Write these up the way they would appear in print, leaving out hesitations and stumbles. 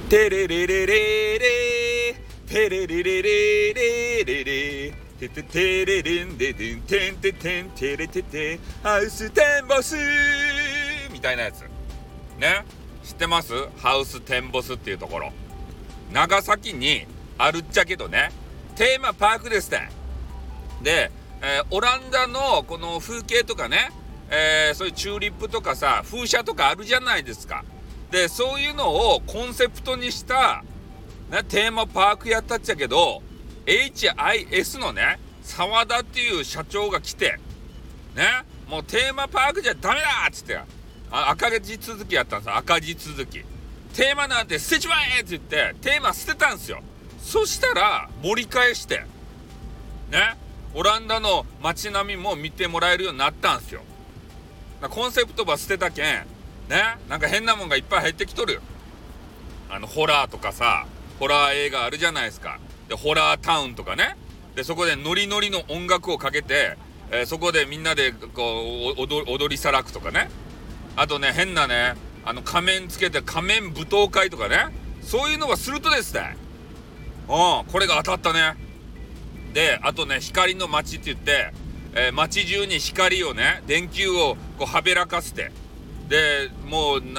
テレレレレレテレレレレレレレテテテレレンデデンテンテテンテレテテハウステンボスみたいなやつね。知ってます？ハウステンボスっていうところ、長崎にあるっちゃけどね、テーマパークですね。で、オランダのこの風景とかね、そういうチューリップとかさ、風車とかあるじゃないですか。で、そういうのをコンセプトにした、ね、テーマパークやったっちゃけど、HIS のね、沢田っていう社長が来て、ね、もうテーマパークじゃダメだっつって、赤字続きやったんですよ。赤字続き。テーマなんて捨てちまえって言って、テーマ捨てたんですよ。そしたら、盛り返して、ね、オランダの街並みも見てもらえるようになったんですよ。コンセプトば捨てたけん、ね、なんか変なもんがいっぱい入ってきとる。ホラーとかさ、ホラー映画あるじゃないですか。で、ホラータウンとかね。で、そこでノリノリの音楽をかけて、そこでみんなでこう踊りさらくとかね。あとね、変なね、仮面つけて仮面舞踏会とかね。そういうのがするとですね。これが当たったね。で、あとね、光の街って言って、街中に光をね、電球をこうはべらかして、で、もう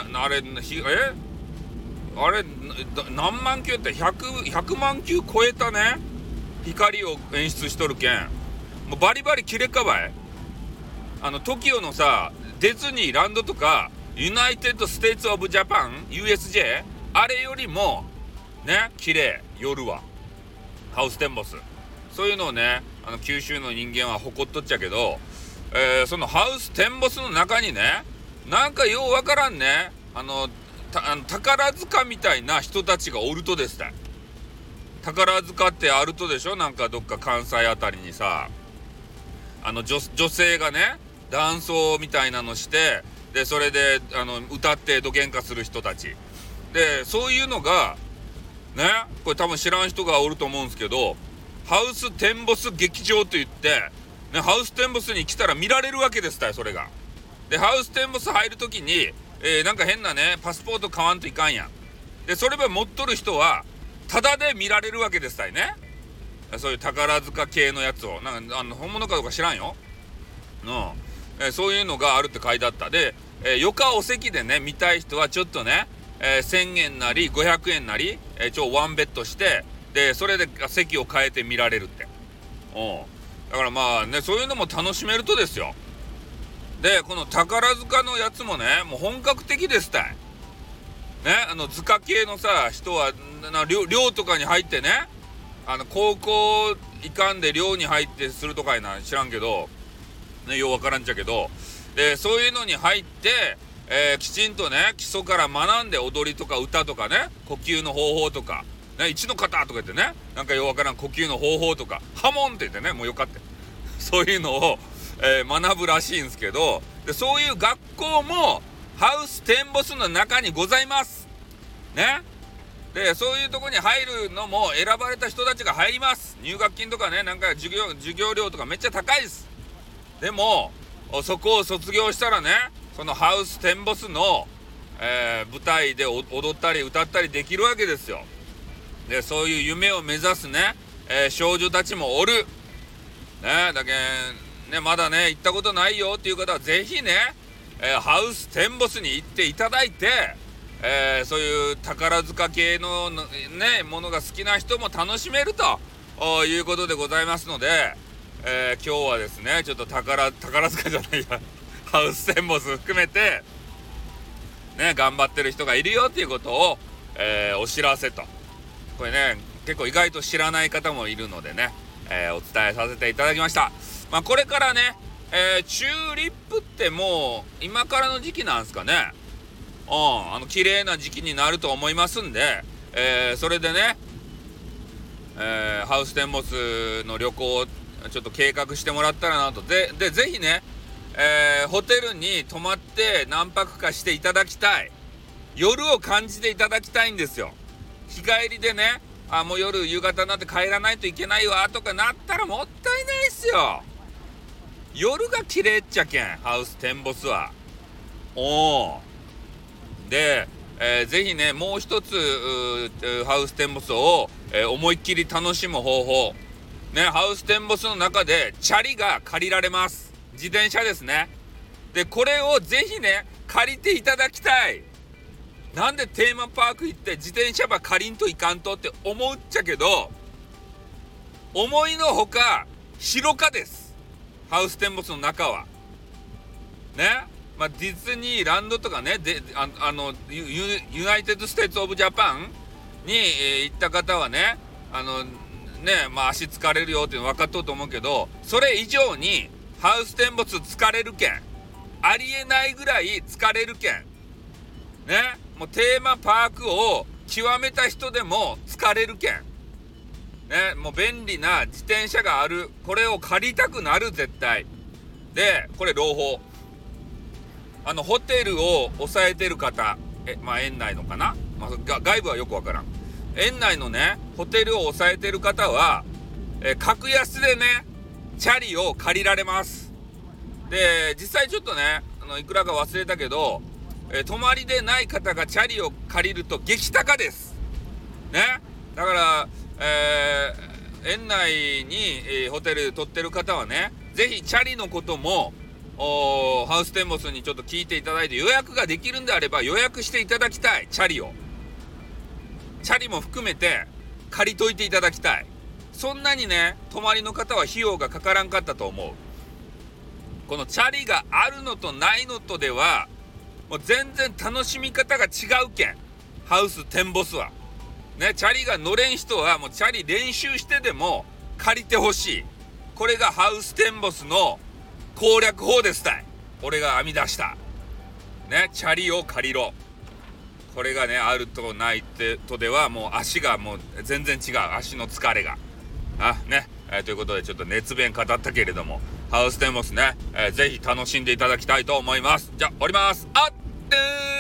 何万球って 100万球超えたね、光を演出しとるけん、もうバリバリキレっかばい。TOKIO のさ、ディズニーランドとか、ユナイテッドステイツオブジャパン USJ あれよりもね、綺麗。夜はハウステンボス、そういうのをね、九州の人間は誇っとっちゃけど、そのハウステンボスの中にね、なんかようわからんね、宝塚みたいな人たちがおるとですね。宝塚ってあるとでしょ、なんかどっか関西あたりにさ、女性がね、ダンスみたいなのして、で、それで歌ってどげんかする人たちで、そういうのがね、これ多分知らん人がおると思うんですけど、ハウステンボス劇場と言って、ね、ハウステンボスに来たら見られるわけですたよ、それが。で、ハウステンボス入るときに、なんか変なね、パスポート買わんといかんやん。で、それば持っとる人は、タダで見られるわけですたいね。そういう宝塚系のやつを。なんか、本物かどうか知らんよ。そういうのがあるって書いてあった。で、余暇お席でね、見たい人はちょっとね、1000円なり500円なり、ワンベッドして、で、それで席を変えて見られるって。だからまあね、そういうのも楽しめるとですよ。で、この宝塚のやつもね、もう本格的ですたい。ね、塚系のさ、人は、寮とかに入ってね、高校行かんで寮に入ってするとかいな、知らんけど、ね、ようわからんちゃけど、で、そういうのに入って、きちんとね、基礎から学んで踊りとか歌とかね、呼吸の方法とか、ね、一の型とか言ってね、なんかようわからん呼吸の方法とか、ハモンって言ってね、もうよかった。そういうのを、学ぶらしいんですけど、で、そういう学校もハウステンボスの中にございますね。で、そういうとこに入るのも選ばれた人たちが入ります。入学金とかね、なんか授業料とかめっちゃ高いです。でもそこを卒業したらね、そのハウステンボスの、舞台で踊ったり歌ったりできるわけですよ。で、そういう夢を目指すね、少女たちもおるね。だけね、まだね行ったことないよっていう方はぜひね、ハウステンボスに行っていただいて、そういう宝塚系のねものが好きな人も楽しめるということでございますので、今日はですね、ちょっと宝塚じゃないやハウステンボス含めてね、頑張ってる人がいるよっていうことを、お知らせと。これね、結構意外と知らない方もいるのでね、お伝えさせていただきました。まあ、これからね、チューリップってもう今からの時期なんですかね。綺麗な時期になると思いますんで、それでね、ハウステンボスの旅行をちょっと計画してもらったらなと。でぜひね、ホテルに泊まって何泊かしていただきたい。夜を感じていただきたいんですよ。日帰りでね、もう夕方になって帰らないといけないわとかなったらもったいないっすよ。夜が綺麗っちゃけん、ハウステンボスは。で、 ぜひねもう一つハウステンボスを、思いっきり楽しむ方法ね、ハウステンボスの中でチャリが借りられます。自転車ですね。でこれをぜひね借りていただきたい。なんでテーマパーク行って自転車ば借りんといかんとって思うっちゃけど、思いのほか広かです。ハウステンボスの中はね、まあ、ディズニーランドとかねでユナイテッドステーツオブジャパンに、行った方はねまあ足疲れるよっていうの分かっとると思うけど、それ以上にハウステンボス疲れるけん、ありえないぐらい疲れるけんね、もうテーマパークを極めた人でも疲れるけんね、もう便利な自転車がある、これを借りたくなる絶対で、これ朗報ホテルを抑えてる方、まあ園内のかな、まあ、外部はよくわからん、園内のねホテルを抑えてる方は、格安でねチャリを借りられます。で実際ちょっとねいくらか忘れたけど、泊まりでない方がチャリを借りると激高ですね。だから、園内に、ホテル取ってる方はねぜひチャリのこともハウステンボスにちょっと聞いていただいて、予約ができるんであれば予約していただきたい。チャリも含めて借りといていただきたい。そんなにね泊まりの方は費用がかからんかったと思う。このチャリがあるのとないのとではもう全然楽しみ方が違うけん、ハウステンボスはね、チャリが乗れん人はもうチャリ練習してでも借りてほしい。これがハウステンボスの攻略法ですたい。俺が編み出したね、チャリを借りろ。これがねあるとないとではもう足がもう全然違う、足の疲れがね、ということでちょっと熱弁語ったけれども、ハウステンボスね、ぜひ楽しんでいただきたいと思います。じゃあ降ります。あっ